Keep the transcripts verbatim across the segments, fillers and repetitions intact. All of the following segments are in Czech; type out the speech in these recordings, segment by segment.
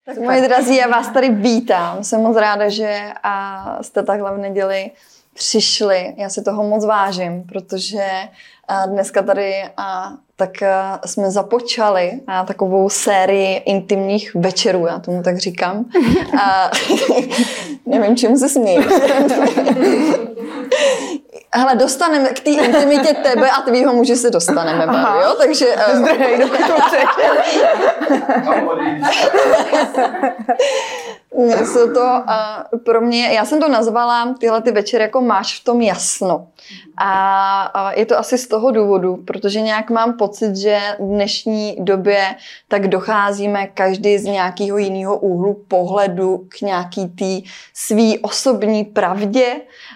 Moji drazí, já vás tady vítám. Jsem moc ráda, že a jste takhle v neděli přišli. Já si toho moc vážím, protože dneska tady a, tak a, jsme započali a, takovou sérii intimních večerů, já tomu tak říkám. A, nevím, čemu se směješ. Hele, dostaneme k té intimitě tebe a tvýho muže se dostaneme, Báro, jo? Takže... Zdravej, dokud to Jsou to uh, pro mě, já jsem to nazvala tyhle ty večery jako máš v tom jasno. A uh, je to asi z toho důvodu, protože nějak mám pocit, že v dnešní době tak docházíme každý z nějakého jiného úhlu pohledu k nějaký té svý osobní pravdě.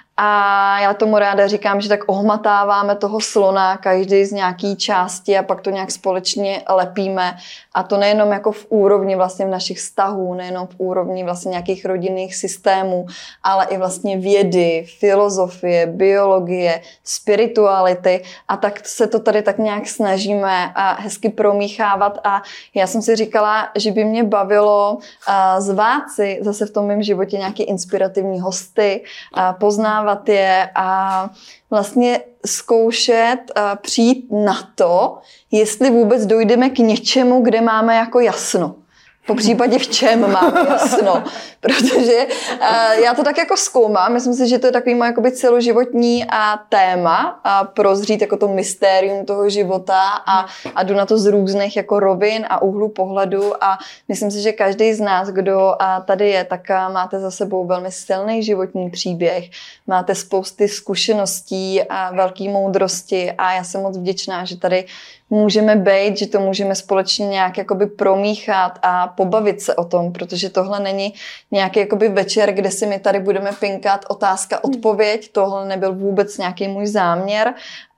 A já tomu ráda říkám, že tak ohmatáváme toho slona každý z nějaký části a pak to nějak společně lepíme. A to nejenom jako v úrovni vlastně v našich vztahů, nejenom v úrovni vlastně nějakých rodinných systémů, ale i vlastně vědy, filozofie, biologie, spirituality. A tak se to tady tak nějak snažíme a hezky promíchávat. A já jsem si říkala, že by mě bavilo zvát si zase v tom mém životě nějaké inspirativní hosty, poznávat je a vlastně zkoušet a přijít na to, jestli vůbec dojdeme k něčemu, kde máme jako jasno. Po případě v čem máme jasno. Protože uh, já to tak jako zkoumám. Myslím si, že to je takový můj jakoby celoživotní a téma a prozřít jako to mystérium toho života a, a jdu na to z různých jako rovin a úhlu pohledu a myslím si, že každý z nás, kdo a tady je, tak a máte za sebou velmi silný životní příběh. Máte spousty zkušeností a velký moudrosti a já jsem moc vděčná, že tady můžeme být, že to můžeme společně nějak jakoby promíchat a pobavit se o tom, protože tohle není nějaký jakoby večer, kde si my tady budeme pinkat otázka, odpověď. Tohle nebyl vůbec nějaký můj záměr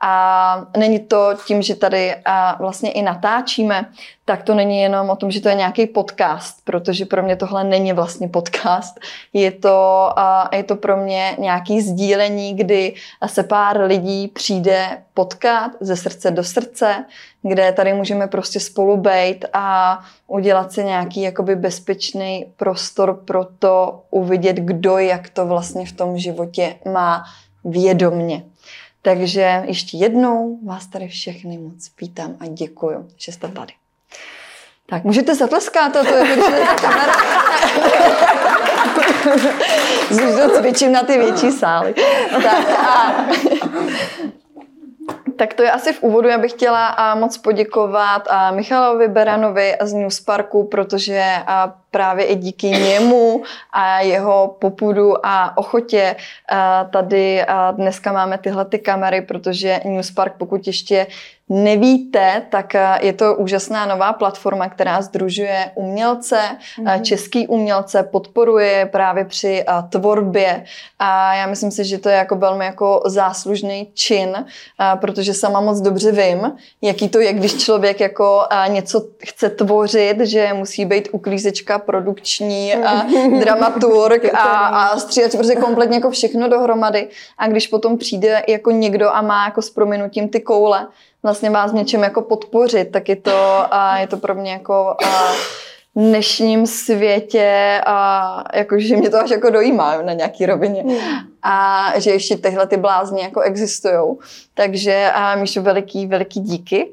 a není to tím, že tady a vlastně i natáčíme, tak to není jenom o tom, že to je nějaký podcast, protože pro mě tohle není vlastně podcast. Je to, a je to pro mě nějaký sdílení, kdy se pár lidí přijde potkat ze srdce do srdce, kde tady můžeme prostě spolu bejt a udělat si nějaký jakoby bezpečný prostor pro to uvidět, kdo jak to vlastně v tom životě má vědomně. Takže ještě jednou vás tady všechny moc vítám a děkuju, že jste tady. Tak, můžete zatleskat, to je když je ta kamera. Už to cvičím na ty větší sály. Tak, a... tak to je asi v úvodu. Já bych chtěla moc poděkovat Michalovi Beranovi z Newsparku, protože právě i díky němu a jeho popudu a ochotě tady dneska máme tyhle ty kamery, protože Newspark, pokud ještě nevíte, tak je to úžasná nová platforma, která sdružuje umělce, mm-hmm. český umělce, podporuje právě při tvorbě a já myslím si, že to je jako velmi jako záslužný čin, protože sama moc dobře vím, jaký to je, když člověk jako něco chce tvořit, že musí být uklízečka, produkční a dramaturg a, a střídat prostě kompletně jako všechno dohromady a když potom přijde jako někdo a má jako s prominutím ty koule vlastně vás v něčem jako podpořit, tak je to, a je to pro mě jako a v dnešním světě a jakože mě to až jako dojímá na nějaký rovině. A že ještě tyhle ty blázni jako existujou. Takže a Míšo, veliký, veliký díky.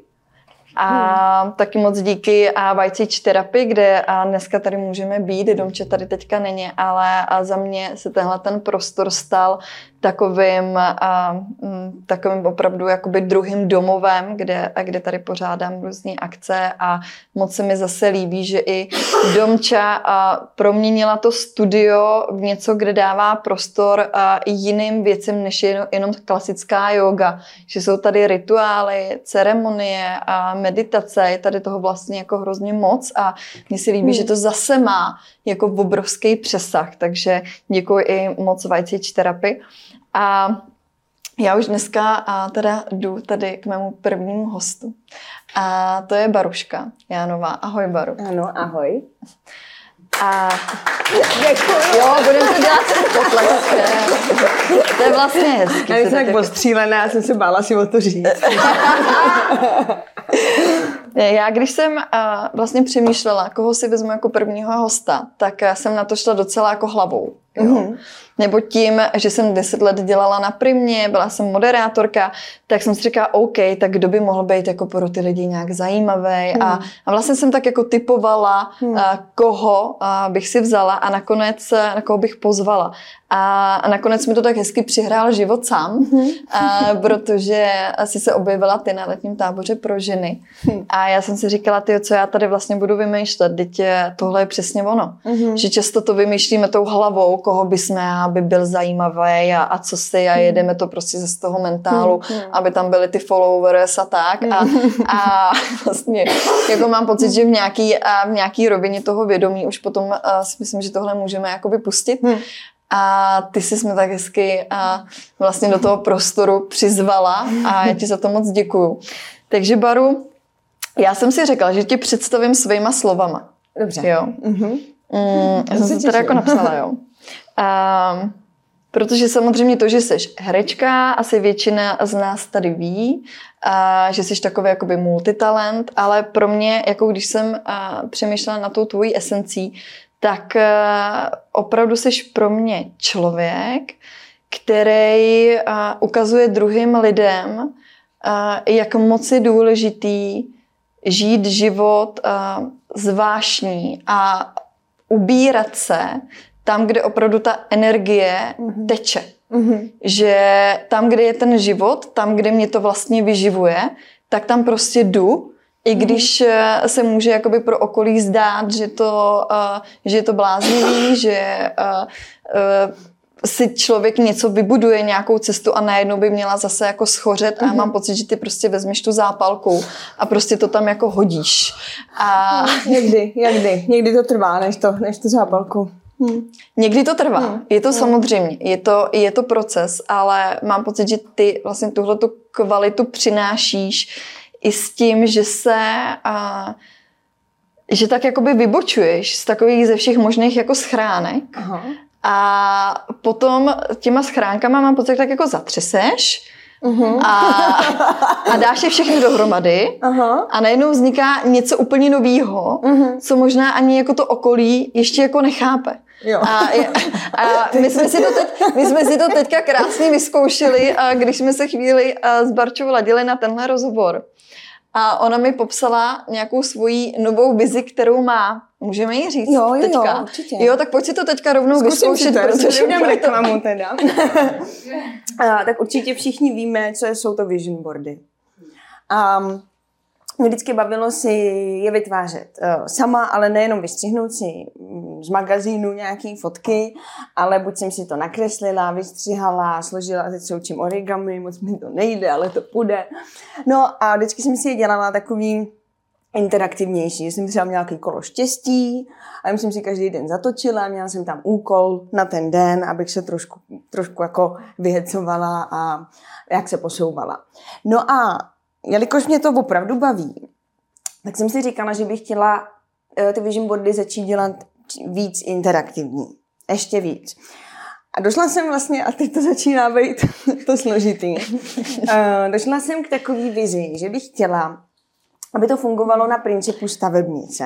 A hmm. taky moc díky a White Therapy, kde a dneska tady můžeme být, Domče tady teďka není, ale a za mě se tenhle ten prostor stal takovým, a, m, takovým opravdu jakoby druhým domovem, kde, a kde tady pořádám různé akce a moc se mi zase líbí, že i Domča a, proměnila to studio v něco, kde dává prostor a, jiným věcem, než je jenom klasická yoga. Že jsou tady rituály, ceremonie a meditace, je tady toho vlastně jako hrozně moc a mně se líbí, hmm. že to zase má jako obrovský přesah, takže děkuji i moc White Therapy. A já už dneska a teda jdu tady k mému prvnímu hostu. A to je Baruška Jánová. Ahoj, Baru. Ano, ahoj. A děkuji. Jo, budeme to dělat s potleskem. To je vlastně hezký. Já jsem tak ostřílená, já jsem se bála si o to říct. Já když jsem uh, vlastně přemýšlela, koho si vezmu jako prvního hosta, tak uh, jsem na to šla docela jako hlavou. Jo. Mm-hmm. Nebo tím, že jsem deset let dělala na Primě, byla jsem moderátorka, tak jsem si říkala, OK, tak kdo by mohl být jako pro ty lidi nějak zajímavý. Mm. A, a vlastně jsem tak jako typovala, mm. uh, koho uh, bych si vzala a nakonec na koho bych pozvala. A, a nakonec mi to tak hezky přihrál život sám, mm. uh, protože asi se objevila ty na letním táboře pro ženy. Mm. A já jsem si říkala, tyjo, co já tady vlastně budu vymýšlet, teď tohle je přesně ono. Mm. Že často to vymýšlíme tou hlavou, koho bychom, aby byl zajímavý a, a co si a jedeme to prostě ze z toho mentálu, mm. aby tam byly ty followers a tak. A, a vlastně jako mám pocit, že v nějaký, v nějaký rovině toho vědomí už potom si myslím, že tohle můžeme jakoby pustit. Mm. A ty jsi jsme tak hezky a vlastně do toho prostoru přizvala a já ti za to moc děkuju. Takže Baru, já jsem si řekla, že ti představím svýma slovama. Dobře. Jo. Mm-hmm. Mm, já jsem to teda jako napsala, jo. A, protože samozřejmě to, že jsi herečka, asi většina z nás tady ví, a, že jsi takový jakoby multitalent, ale pro mě, jako když jsem a, přemýšlela na tou tvojí esencí, tak a, opravdu jsi pro mě člověk, který a, ukazuje druhým lidem, a, jak moc je důležitý žít život a, zvláštní a ubírat se tam, kde opravdu ta energie mm-hmm. teče. Mm-hmm. Že tam, kde je ten život, tam, kde mě to vlastně vyživuje, tak tam prostě jdu, i když mm-hmm. se může jakoby pro okolí zdát, že, to, uh, že je to bláznivý, že uh, uh, si člověk něco vybuduje, nějakou cestu a najednou by měla zase jako schořet a mm-hmm. mám pocit, že ty prostě vezmeš tu zápalku a prostě to tam jako hodíš. A... No, někdy, někdy. Někdy to trvá, než to, než tu zápalku. Hmm. Někdy to trvá. Hmm. Je to hmm. samozřejmě, je to, je to proces, ale mám pocit, že ty vlastně tuhletu kvalitu přinášíš i s tím, že se a, že tak jakoby vybočuješ z takových ze všech možných jako schránek. Aha. A potom těma schránkama mám pocit, tak jako zatřeseš uh-huh. a, a dáš je všechny dohromady uh-huh. a najednou vzniká něco úplně novýho, uh-huh. co možná ani jako to okolí ještě jako nechápe. Jo. A, a my, jsme si to teď, my jsme si to teďka krásně vyzkoušeli, když jsme se chvíli s Barčou ladili na tenhle rozhovor. A ona mi popsala nějakou svoji novou vizi, kterou má. Můžeme jí říct jo, jo, teďka? Jo, určitě. Jo, tak pojď si to teďka rovnou Zkusím vyzkoušet. Zkusím si to, protože protože reklamu teda. A, tak určitě všichni víme, co jsou to vision boardy. Um, mě vždycky bavilo si je vytvářet uh, sama, ale nejenom vystřihnout si z magazínu nějaký fotky, ale buď jsem si to nakreslila, vystřihala, složila, teď se učím origami, moc mi to nejde, ale to půjde. No a vždycky jsem si je dělala takový interaktivnější. Jsem třeba měla nějaký kolo štěstí a já jsem si každý den zatočila, měla jsem tam úkol na ten den, abych se trošku, trošku jako vyhecovala a jak se posouvala. No a jelikož mě to opravdu baví, tak jsem si říkala, že bych chtěla ty vision boardy začít dělat víc interaktivní. Ještě víc. A došla jsem vlastně, a teď to začíná být to složitý, došla jsem k takový vizi, že bych chtěla, aby to fungovalo na principu stavebnice.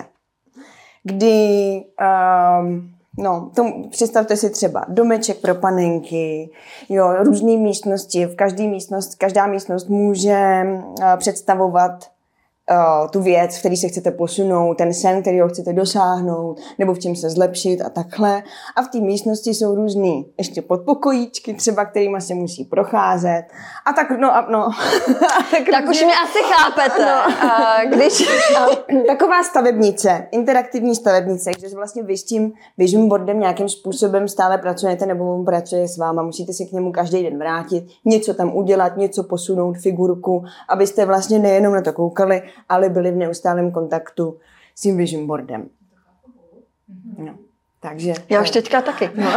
Kdy, um, no, to, představte si třeba domeček pro panenky, jo, různé místnosti, v každé místnost, každá místnost může uh, představovat uh, tu věc, v který se chcete posunout, ten sen, který ho chcete dosáhnout, nebo v čem se zlepšit a takhle. A v té místnosti jsou různý ještě podpokojíčky, třeba kterýma se musí procházet. A tak, no, a, no. tak, tak už mě asi chápete. No. A když... a, taková stavebnice, interaktivní stavebnice, kde vlastně vy s tím vision boardem nějakým způsobem stále pracujete, nebo on pracuje s váma, musíte se k němu každý den vrátit, něco tam udělat, něco posunout, figurku, abyste vlastně nejenom na to koukali, ale byli v neustálém kontaktu s tím vision boardem. No, takže... Já už teďka taky. No.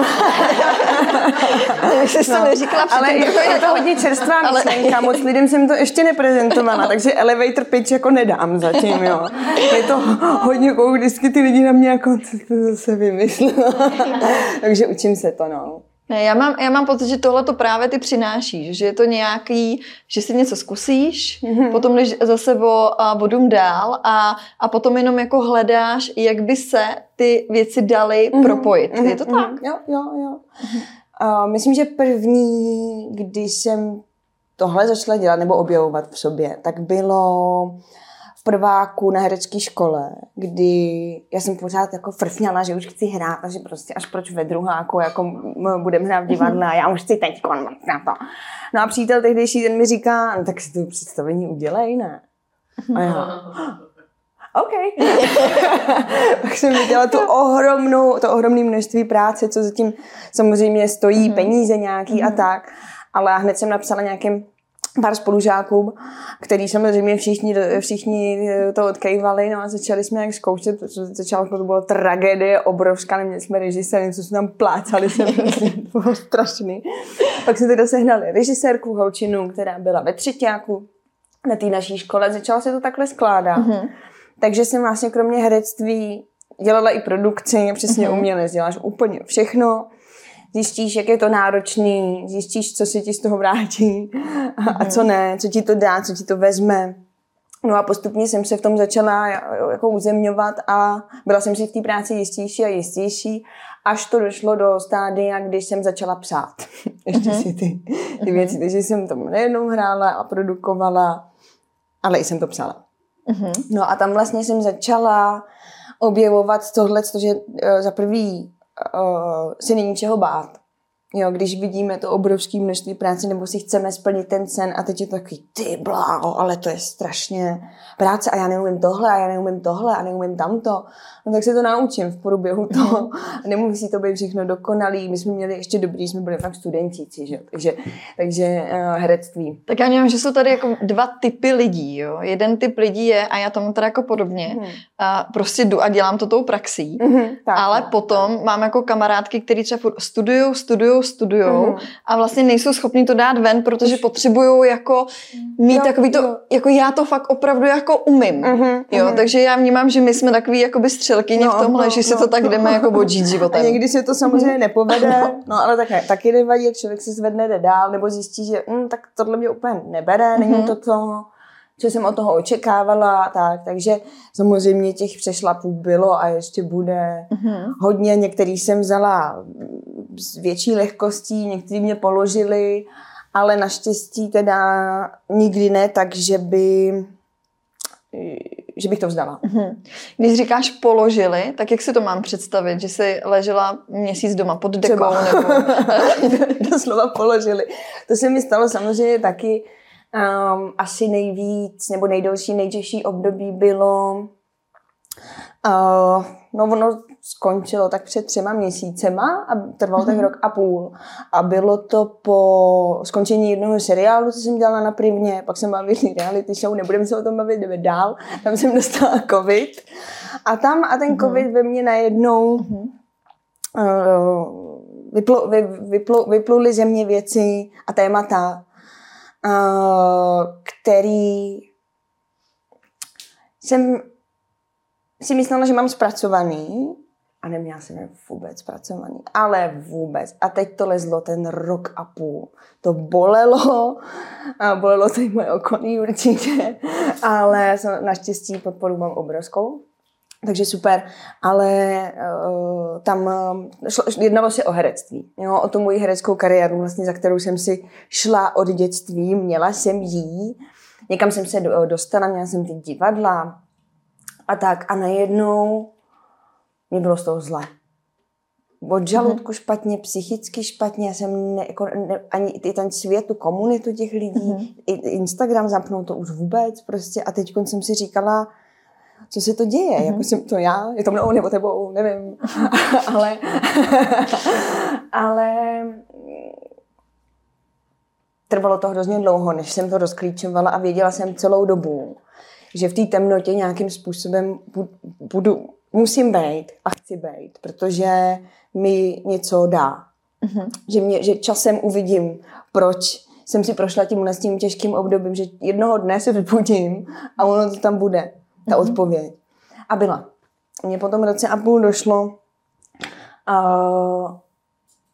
Já jsi to no, neříkala předtím. Ale je to, je to hodně čerstvá myšlenka, ale... moc lidem jsem to ještě neprezentovala, takže elevator pitch jako nedám zatím, jo. Je to hodně, vždycky ty lidi na mě jako, co to zase vymyslela. Takže učím se to, no. Ne, já mám, já mám pocit, že tohle to právě ty přinášíš, že je to nějaký, že si něco zkusíš, mm-hmm. potom jdeš zase o, o dům dál a, a potom jenom jako hledáš, jak by se ty věci daly mm-hmm. propojit. Mm-hmm. Je to tak? Mm-hmm. Jo, jo, jo. Mm-hmm. Uh, myslím, že první, když jsem tohle začala dělat nebo objevovat v sobě, tak bylo v prváku na herecké škole, kdy já jsem pořád jako frfňala, že už chci hrát a že prostě až proč ve druháku jako budeme hrát v divadle a já už chci teď na to. No a přítel tehdejší ten mi říká, no, tak si to představení udělej, ne? A já, OK. Tak jsem viděla tu ohromnou, to ohromné množství práce, co zatím samozřejmě stojí, peníze nějaký a tak. Ale hned jsem napsala nějakým pár spolužákům, který samozřejmě všichni, všichni to odkejvali, no a začali jsme jak zkoušet, začátku to bylo tragédie obrovská, neměli jsme režiséry, co jsme tam plácali, se prostě, to bylo strašný. Pak jsme teda sehnali režisérku, holčinu, která byla ve třetíku na té naší škole, začalo se to takhle skládat. Mm-hmm. Takže jsem vlastně kromě herectví dělala i produkci, přesně mm-hmm. uměle, děláš úplně všechno. Zjistíš, jak je to náročný, zjistíš, co se ti z toho vrátí a, a co ne, co ti to dá, co ti to vezme. No a postupně jsem se v tom začala jako uzemňovat a byla jsem si v té práci jistější a jistější, až to došlo do stádia, když jsem začala psát. Ještě si ty, ty věci, takže jsem tam nejenom hrála a produkovala, ale i jsem to psala. No a tam vlastně jsem začala objevovat tohle, že za prvý Uh, se není čeho bát. Jo, když vidíme to obrovské množství práce, nebo si chceme splnit ten sen a teď je to takový, ty bláho, ale to je strašně práce a já neumím tohle a já neumím tohle a neumím tamto. No tak se to naučím v průběhu toho. Nemusí to být všechno dokonalý. My jsme měli ještě dobrý, jsme byli fakt studentíci, že? Takže, takže uh, herectví. Tak já vnímám, že jsou tady jako dva typy lidí. Jo? Jeden typ lidí je, a já tomu teda jako podobně, hmm. a prostě jdu a dělám to tou praxí, hmm, tak, ale tak, potom tak. Mám jako kamarádky, který třeba studujou, studujou, studujou mm. a vlastně nejsou schopní to dát ven, protože potřebují jako mít jo, takový to, jo. jako já to fakt opravdu jako umím. Mm-hmm, jo, mm-hmm. takže já vnímám, že my jsme takový jakoby střelkyně no, v tomhle, no, že si no, to tak no. jdeme jako odžít životem. A někdy se to samozřejmě nepovede, no ale tak ne, taky nevadí, jak člověk se zvedne, jde dál, nebo zjistí, že hm, tak tohle mě úplně nebere, není mm-hmm. to to, co jsem od toho očekávala, tak, takže samozřejmě těch přešlapů bylo a ještě bude mm-hmm. hodně, některý jsem vzala s větší lehkostí, někteří mě položili, ale naštěstí teda nikdy ne, takže by, že bych to vzdala. Když říkáš položili, tak jak si to mám představit? Že jsi ležela měsíc doma pod dekou? Nebo... Doslova položili. To se mi stalo samozřejmě taky um, asi nejvíc, nebo nejdelší, nejtěžší období bylo uh, no ono skončilo tak před třema měsícema a trvalo mm-hmm. tak rok a půl. A bylo to po skončení jednoho seriálu, co jsem dělala na Primě, pak jsem bavila reality show, nebudeme se o tom bavit, jdeme dál. Tam jsem dostala covid. A tam a ten covid mm-hmm. ve mně najednou mm-hmm. uh, vyplu, vy, vyplu, vypluly ze mě věci a témata, uh, který jsem si myslela, že mám zpracovaný a neměla jsem je vůbec zpracovaný, ale vůbec. A teď to lezlo ten rok a půl. To bolelo, a bolelo to i moje okolí určitě, ale naštěstí podporu mám obrovskou, takže super. Ale uh, tam šlo, jednalo se o herectví, jo, o tu moji hereckou kariéru, vlastně, za kterou jsem si šla od dětství, měla jsem jí, někam jsem se dostala, měla jsem ty divadla, a tak a najednou mě bylo z toho zle. Od žaludku špatně, psychicky špatně, já jsem ne, jako, ne, ani i ten svět, tu komunitu těch lidí, mm-hmm. i Instagram zapnul to už vůbec prostě a teď jsem si říkala, co se to děje, mm-hmm. jako jsem to já, je to mnou nebo tebou, nevím, ale ale trvalo to hrozně dlouho, než jsem to rozklíčovala a věděla jsem celou dobu, že v té temnotě nějakým způsobem budu, musím být a chci být, protože mi něco dá. Mm-hmm. Že, mě, že časem uvidím, proč jsem si prošla tím s tím těžkým obdobím, že jednoho dne se vybudím a ono to tam bude, ta mm-hmm. odpověď. A byla. Mně po tom roce a půl došlo, uh,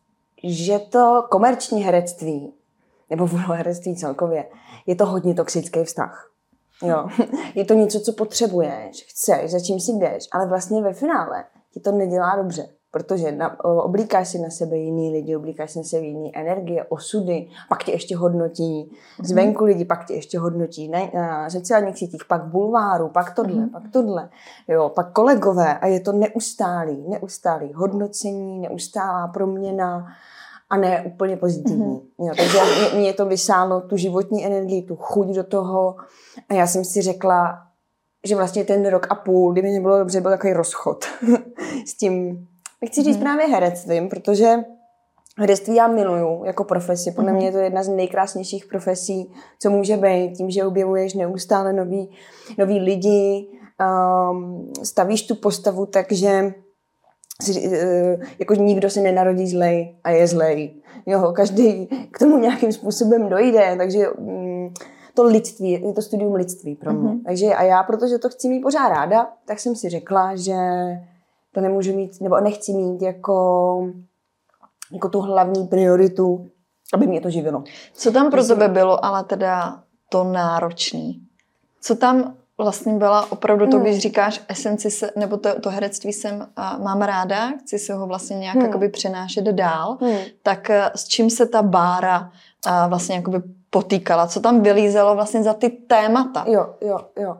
že to komerční herectví, nebo herectví celkově, je to hodně toxický vztah. Jo. Je to něco, co potřebuješ, chceš, za čím si jdeš, ale vlastně ve finále ti to nedělá dobře, protože na, oblíkáš si na sebe jiný lidi, oblíkáš si na sebe jiný energie, osudy, pak tě ještě hodnotí, zvenku lidi pak tě ještě hodnotí, na, na sociálních sítích, pak v bulváru, pak tohle, mm. pak tohle, jo, pak kolegové a je to neustálý, neustálý hodnocení, neustálá proměna a ne úplně pozitivní. Mm. Jo, takže mě, mě to vysálo tu životní energii, tu chuť do toho a já jsem si řekla, že vlastně ten rok a půl, kdyby mě bylo dobře, byl takový rozchod s tím, chci říct mm. právě herectvím, protože herectví já miluju jako profesi. Podle mm. mě je to jedna z nejkrásnějších profesí, co může být, tím, že objevuješ neustále nový, nový lidi, um, stavíš tu postavu tak, že si, uh, jako nikdo se nenarodí zlej a je zlej. Jo, každý k tomu nějakým způsobem dojde, takže um, to lidství, je to studium lidství pro mě. Mm. Takže a já, protože to chci mít pořád ráda, tak jsem si řekla, že to nemůžu mít, nebo nechci mít jako, jako tu hlavní prioritu, aby mě to živilo. Co tam pro tebe bylo, ale teda to náročný? Co tam vlastně byla opravdu to, když říkáš esenci se, nebo to, to herectví jsem a, mám ráda, chci se ho vlastně nějak hmm. jakoby přenášet dál, hmm. tak s čím se ta Bára a, vlastně jakoby potýkala? Co tam vylízelo vlastně za ty témata? Jo, jo, jo.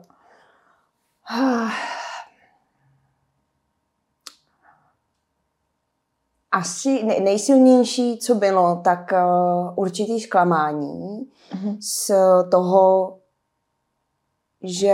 Asi nejsilnější, co bylo, tak uh, určitý zklamání uh-huh. z toho, že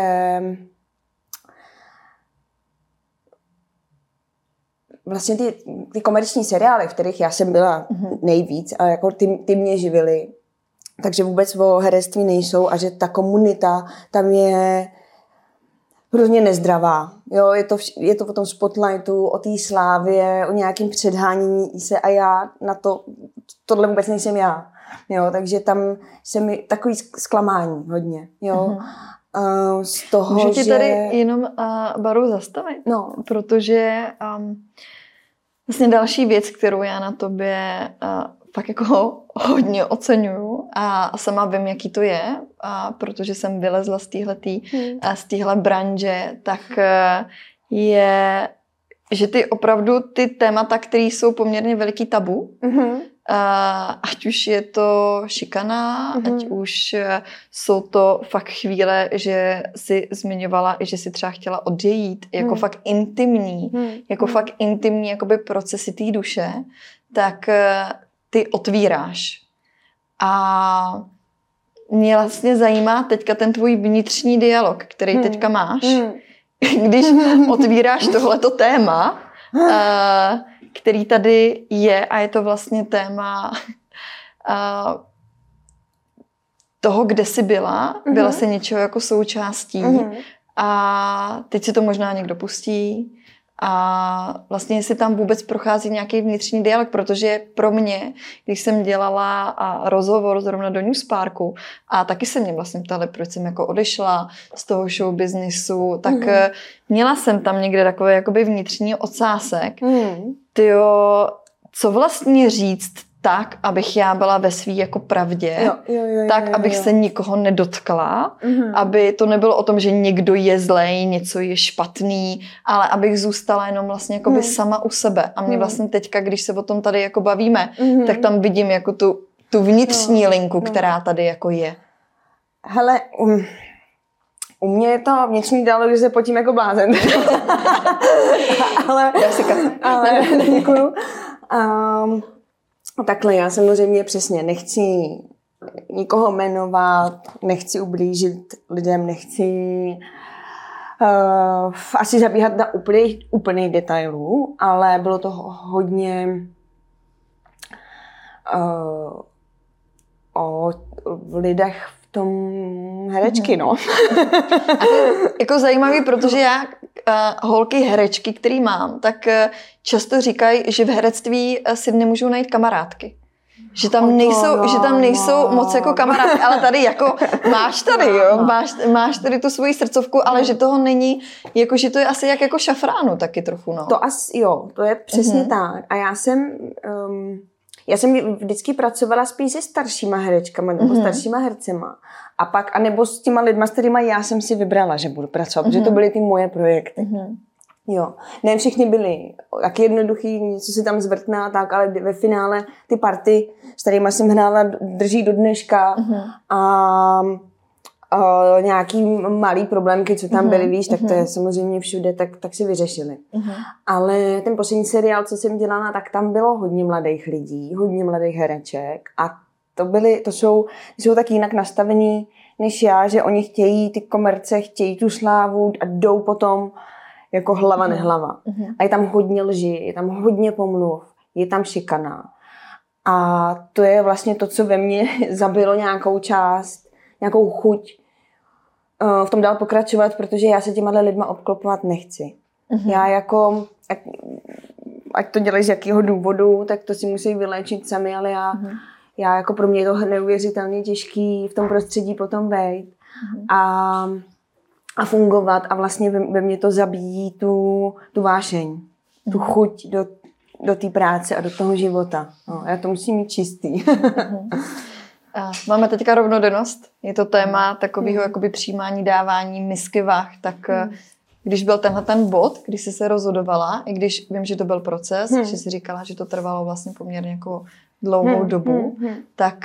vlastně ty, ty komerční seriály, v kterých já jsem byla uh-huh. nejvíc, a jako ty, ty mě živily, takže vůbec o herectví nejsou a že ta komunita tam je hrozně nezdravá. Jo, je to, je to o tom spotlightu, o té slávě, o nějakým předhánění se a já na to, tohle vůbec nejsem já. Jo, takže tam se mi takový zklamání hodně. Jo. Uh-huh. Uh, z toho, Můžu ti že... tady jenom uh, Baru zastavit? No. Protože um, vlastně další věc, kterou já na tobě uh, fakt jako hodně oceňuju a sama vím, jaký to je, a protože jsem vylezla z téhletý, hmm. z téhle branže, tak je, že ty opravdu ty témata, které jsou poměrně veliký tabu, hmm. ať už je to šikana, hmm. ať už jsou to fakt chvíle, že jsi zmiňovala, že jsi třeba chtěla odejít, jako hmm. fakt intimní, hmm. jako hmm. fakt intimní jakoby procesy té duše, tak ty otvíráš. A mě vlastně zajímá teďka ten tvůj vnitřní dialog, který hmm. teďka máš, hmm. když otvíráš tohleto téma, který tady je a je to vlastně téma toho, kde jsi byla, byla jsi něčeho jako součástí a teď si to možná někdo pustí a vlastně jestli tam vůbec prochází nějaký vnitřní dialog, protože pro mě, když jsem dělala rozhovor zrovna do Newsparku a taky se mě vlastně ptali, proč jsem jako odešla z toho show businessu, tak mm. měla jsem tam někde takový jakoby vnitřní ocásek. Mm. Tyjo, co vlastně říct tak, abych já byla ve svý jako pravdě, jo, jo, jo, tak, jo, jo, abych jo. se nikoho nedotkla, mm-hmm. aby to nebylo o tom, že někdo je zlej, něco je špatný, ale abych zůstala jenom vlastně jakoby mm. sama u sebe. A mě mm. vlastně teďka, když se o tom tady jako bavíme, mm-hmm. tak tam vidím jako tu, tu vnitřní no, linku, no. která tady jako je. Hele, um, u mě je to vnitřní dialog, že se potím jako blázen. ale, ale děkuju. Um, Takhle, já samozřejmě přesně nechci nikoho jmenovat, nechci ublížit lidem, nechci uh, asi zabíhat na úplných, úplných detailů, ale bylo to hodně uh, o lidech v tom herečky, no. A to je jako zajímavý, protože já uh, holky herečky, který mám, tak uh, často říkají, že v herectví uh, si nemůžou najít kamarádky. Že tam nejsou, no, že tam nejsou no. moc jako kamarádky, ale tady jako máš tady, jo, no. máš, máš tady tu svoji srdcovku, ale no. že toho není, jako že to je asi jak jako šafránu taky trochu, no. To asi, jo, to je přesně mm-hmm. tak. A já jsem... Um, Já jsem vždycky pracovala spíš se staršíma herečkama nebo mm-hmm. staršíma hercema. A pak, anebo s těma lidma, s kterýma já jsem si vybrala, že budu pracovat, mm-hmm. protože to byly ty moje projekty. Mm-hmm. Jo. Ne všichni byli tak jednoduchý, něco si tam zvrtná, tak, ale ve finále ty party, s kterýma jsem hrála, drží do dneška. Mm-hmm. A Uh, nějaký malý problémky, co tam byly, víš, tak to je samozřejmě všude, tak, tak si vyřešili. Uh-huh. Ale ten poslední seriál, co jsem dělala, tak tam bylo hodně mladých lidí, hodně mladých hereček a to byly, to jsou, jsou tak jinak nastavení než já, že oni chtějí ty komerce, chtějí tu slávu a jdou potom jako hlava uh-huh. nehlava. Uh-huh. A je tam hodně lži, je tam hodně pomluv, je tam šikana. A to je vlastně to, co ve mně zabilo nějakou část, nějakou chuť v tom dál pokračovat, protože já se těma lidma obklopovat nechci. Mm-hmm. Já jako, ať, ať to dělají z jakého důvodu, tak to si musí vyléčit sami, ale já, mm-hmm. já jako pro mě je to neuvěřitelně těžký v tom prostředí potom vejít mm-hmm. a, a fungovat a vlastně ve, ve mně to zabíjí tu, tu vášeň, mm-hmm. tu chuť do, do té práce a do toho života. No, já to musím mít čistý. Mm-hmm. Máme teďka rovnodennost, je to téma takového mm. jakoby přijímání, dávání, misky vah, tak mm. když byl tenhle ten bod, když jsi se rozhodovala, i když vím, že to byl proces, mm. že jsi říkala, že to trvalo vlastně poměrně jako dlouhou mm. dobu, mm. tak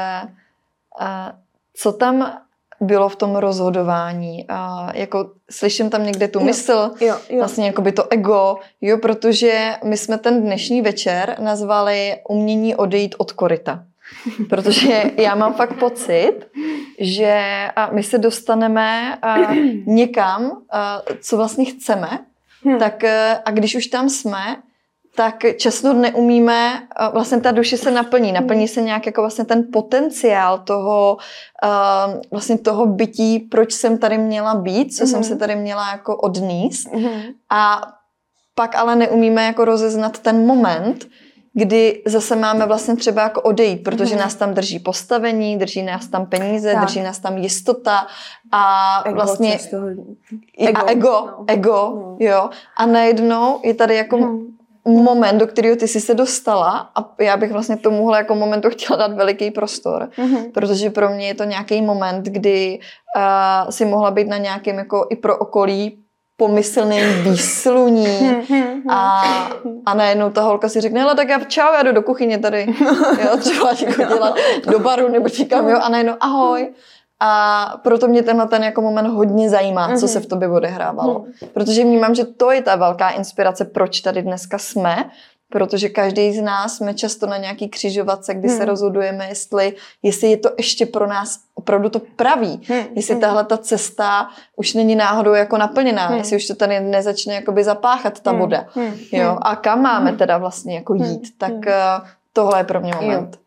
uh, co tam bylo v tom rozhodování? Uh, jako slyším tam někde tu jo. mysl, jo, jo. vlastně jakoby to ego, jo, protože my jsme ten dnešní večer nazvali umění odejít od koryta. Protože já mám fakt pocit, že my se dostaneme někam, co vlastně chceme, hmm. tak a když už tam jsme, tak často neumíme, vlastně ta duše se naplní, naplní se nějak jako vlastně ten potenciál toho, vlastně toho bytí, proč jsem tady měla být, co hmm. jsem se tady měla jako odníst hmm. a pak ale neumíme jako rozeznat ten moment, kdy zase máme vlastně třeba jako odejít, protože mm. nás tam drží postavení, drží nás tam peníze, tak. drží nás tam jistota a ego vlastně ego, a ego, no. ego no. jo. A najednou je tady jako mm. moment, do kterého ty jsi se dostala a já bych vlastně tomuhle jako momentu chtěla dát veliký prostor, mm. protože pro mě je to nějaký moment, kdy uh, si mohla být na nějakém jako i pro okolí pomyslným výsluní a, a najednou ta holka si řekne, hele, tak já čau, já jdu do kuchyně tady, jo, třeba jako dělat do baru nebo říkám, jo, a najednou ahoj. A proto mě tenhle ten jako moment hodně zajímá, co se v tobě odehrávalo. Protože vnímám, že to je ta velká inspirace, proč tady dneska jsme, protože každý z nás jsme často na nějaký křižovatce, kdy hmm. se rozhodujeme, jestli, jestli je to ještě pro nás opravdu to pravý, hmm. jestli tahle ta cesta už není náhodou jako naplněná, hmm. jestli už to tady nezačne jakoby zapáchat ta voda. Hmm. Jo? A kam máme teda vlastně jako jít, hmm. tak uh, tohle je pro mě moment. Jo.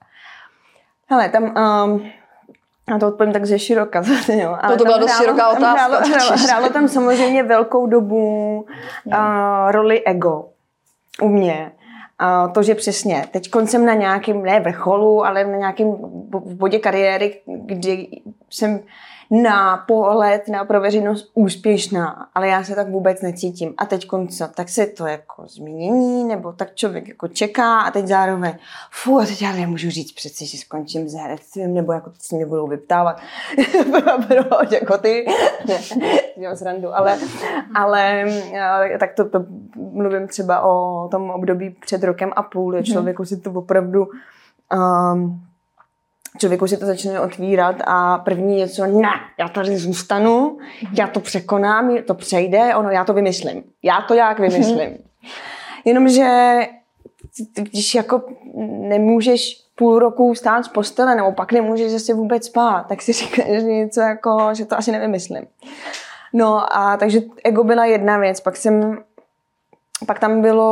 Hele, tam... Um... A to odpovím tak ze široka. Jo. Ale to, to byla dost široká otázka. Hrálo, hrálo, hrálo tam samozřejmě velkou dobu uh, roli ego u mě. Uh, to, že přesně, teď jsem na nějakém, ne vrcholu, ale na nějakém bodě kariéry, kdy jsem na pohled, na pro veřejnost úspěšná, ale já se tak vůbec necítím. A teď konce, tak se to jako změní, nebo tak člověk jako čeká a teď zároveň, fú, a teď já nemůžu říct přeci, že skončím s herectvím, nebo jako teď si mě budou vyptávat. Proč, jako ty? Ne, dělám srandu, ale, ale tak to, to mluvím třeba o tom období před rokem a půl, člověku si to opravdu um, člověku si to začne otvírat a první něco, ne, já tady zůstanu, já to překonám, to přejde, ono, já to vymyslím. Já to jak vymyslím. Jenomže když jako nemůžeš půl roku stát z postele, nebo pak nemůžeš zase vůbec spát, tak si říkáš něco jako, že to asi nevymyslím. No a takže ego byla jedna věc, pak jsem Pak tam bylo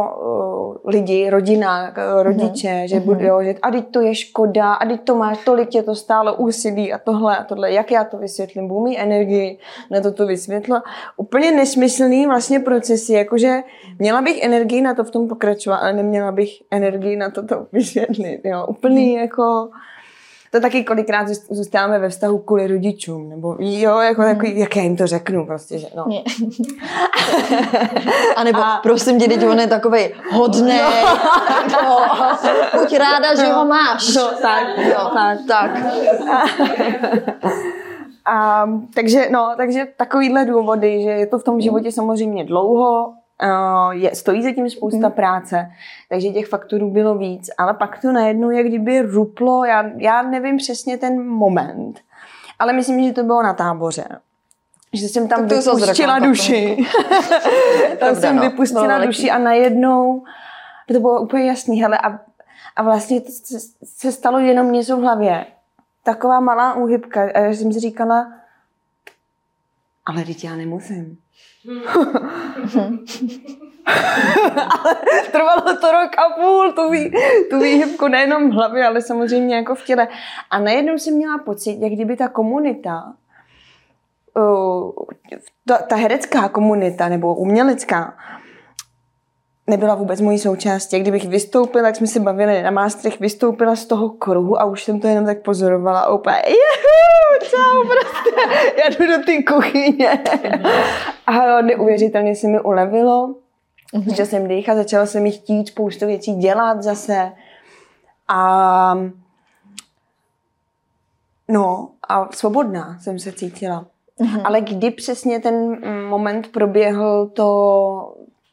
uh, lidi, rodina, uh, rodiče, mm-hmm. že, budu, jo, že a teď to je škoda, a teď to máš, tolik tě to stálo úsilí a tohle a tohle, jak já to vysvětlím, budu mít energii na toto vysvětlo. Úplně nesmyslný vlastně procesy, jakože měla bych energii na to v tom pokračovat, ale neměla bych energii na to to vysvětlit, jo, úplný mm-hmm. jako... to taky kolikrát zůstáváme ve vztahu kvůli rodičům, nebo jo, jako hmm. takový, jak já jim to řeknu prostě, že no. A nebo a... prosím tě, teď on je takovej hodnej, no. Buď ráda, že no. ho máš. No, tak, jo, tak. tak. A, takže, no, takže takovýhle důvody, že je to v tom životě samozřejmě dlouho, uh, je, stojí za tím spousta mm. práce, takže těch faktorů bylo víc, ale pak to najednou jak kdyby ruplo, já, já nevím přesně ten moment, ale myslím, že to bylo na táboře. Že jsem tam vypustila duši. Tam jsem vypustila duši a najednou to bylo úplně jasný, hele, a, a vlastně se, se stalo jenom něco v hlavě. Taková malá úhybka. A já jsem si říkala, ale teď já nemusím. Ale trvalo to rok a půl, tu, vý, tu výhybku nejenom v hlavě, ale samozřejmě jako v těle. A najednou jsem měla pocit, jak kdyby ta komunita, ta, ta herecká komunita nebo umělecká, nebyla vůbec mojí součástí. Kdybych vystoupila, jak jsme se bavili na mástrech, vystoupila z toho kruhu a už jsem to jenom tak pozorovala a úplně juhu, čau, prostě, já jdu do té kuchyně. A neuvěřitelně se mi ulevilo, mm-hmm. že jsem dýchat, začala se mi chtít spoustu věcí dělat zase. A no, a svobodná jsem se cítila. Mm-hmm. Ale kdy přesně ten moment proběhl, to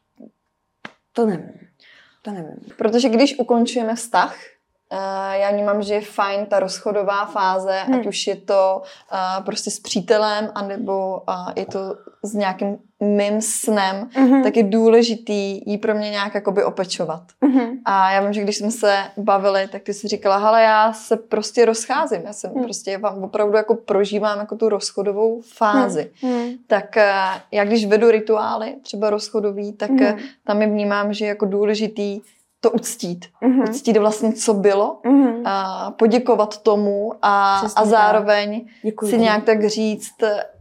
To nevím. To nevím. Protože když ukončujeme vztah, já vnímám, že je fajn ta rozchodová fáze, hmm. ať už je to prostě s přítelem, anebo je to s nějakým mým snem, mm-hmm. tak je důležitý jí pro mě nějak jakoby opečovat. Mm-hmm. A já vím, že když jsme se bavili, tak ty jsi říkala, hele, já se prostě rozcházím, já jsem mm. prostě vám opravdu jako prožívám jako tu rozchodovou fázi. Mm. Tak já když vedu rituály, třeba rozchodový, tak mm. tam je vnímám, že je jako důležitý to uctít. Mm-hmm. Uctít vlastně, co bylo, mm-hmm. a poděkovat tomu a, a zároveň Děkuji. si nějak tak říct,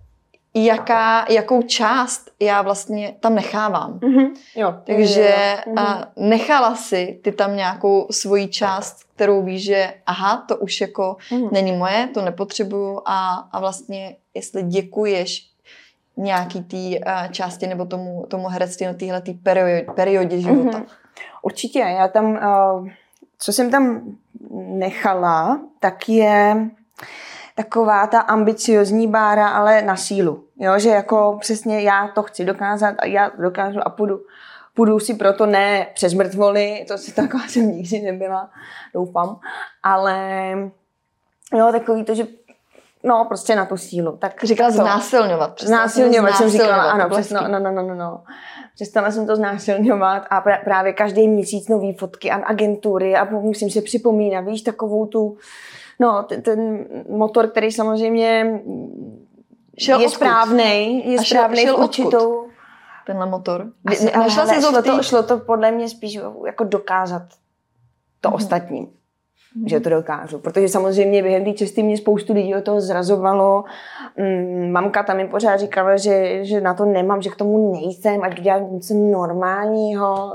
jaká, jakou část já vlastně tam nechávám. Mm-hmm. Jo. Takže mm-hmm. a nechala si ty tam nějakou svoji část, kterou víš, že aha, to už jako mm-hmm. není moje, to nepotřebuju a, a vlastně jestli děkuješ nějaký té části nebo tomu, tomu herectví na téhletý periodě, periodě života. Mm-hmm. Určitě. Já tam, co jsem tam nechala, tak je taková ta ambiciozní bára, ale na sílu. Jo, že jako přesně já to chci dokázat a já dokážu a půjdu, půjdu si proto ne přes mrtvoly, to si taková jsem nikdy nebyla, doufám, ale jo, takový to, že no, prostě na tu sílu. Tak říkala znásilňovat. Znásilňovat jsem říkala, ano, přesně, no, no, no, no, no. Přestala jsem to znásilňovat a právě každý měsíc nový fotky a agentury a musím se připomínat, víš, takovou tu, no, ten, ten motor, který samozřejmě šel je správnej, je správnej v určitou. Tenhle motor. Asi, ale, ale šlo, to, šlo to podle mě spíš jako dokázat to mm-hmm. ostatním. Mm. Že to dokážu. Protože samozřejmě během té cesty mě spoustu lidí od toho zrazovalo. Mm, mamka tam mi pořád říkala, že, že na to nemám, že k tomu nejsem, ať dělám něco normálního.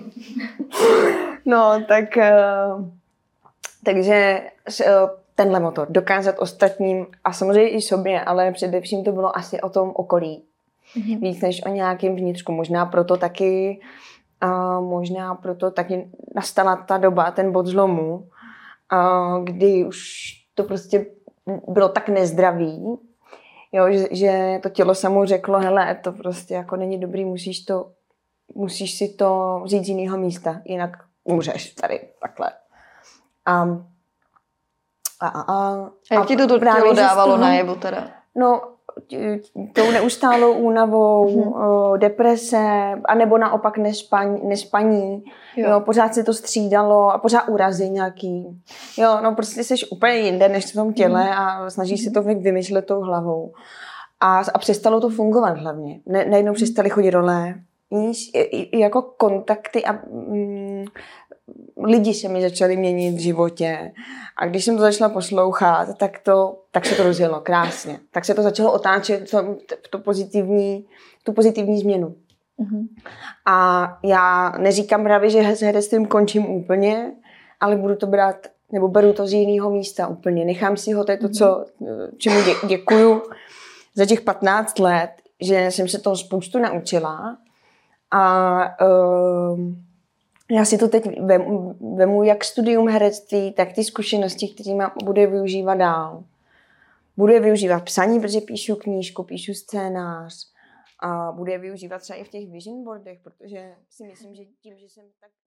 No, tak uh, takže uh, tenhle motor, dokázat ostatním a samozřejmě i sobě, ale především to bylo asi o tom okolí. Mm. Víc než o nějakém vnitřku. Možná proto taky uh, možná proto taky nastala ta doba, ten bod zlomu, kdy už to prostě bylo tak nezdravý, jo, že, že to tělo samo řeklo, hele, to prostě jako není dobrý, musíš to, musíš si to vzít z jiného místa, jinak umřeš tady, takhle. A, a, a, a, a jak ti to, to tělo dávalo najevo teda? No, tou neustálou únavou, hmm. deprese, anebo naopak nespaní, nespaní. Jo. Jo, pořád se to střídalo a pořád úrazy nějaký. Jo, no prostě jsi úplně jinde než v tom těle hmm. a snažíš hmm. si to vymyslet tou hlavou. A, a přestalo to fungovat hlavně. Ne, najednou hmm. přestali chodit role. Víš, jako kontakty a mm, lidi se mi začali měnit v životě. A když jsem to začala poslouchat, tak, to, tak se to rozjelo krásně. Tak se to začalo otáčet v tu pozitivní, tu pozitivní změnu. Mm-hmm. A já neříkám právě, že s herectvím končím úplně, ale budu to brát nebo beru to z jiného místa úplně. Nechám si ho, to je to, co, čemu dě, děkuju za těch patnáct let, že jsem se toho spoustu naučila a uh, já si to teď vemu, vemu jak studium herectví, tak ty zkušenosti, které mám, budu je využívat dál. Budu je využívat v psaní, protože píšu knížku, píšu scénář a budu je využívat třeba i v těch vision boardech, protože si myslím, že tím, že jsem tak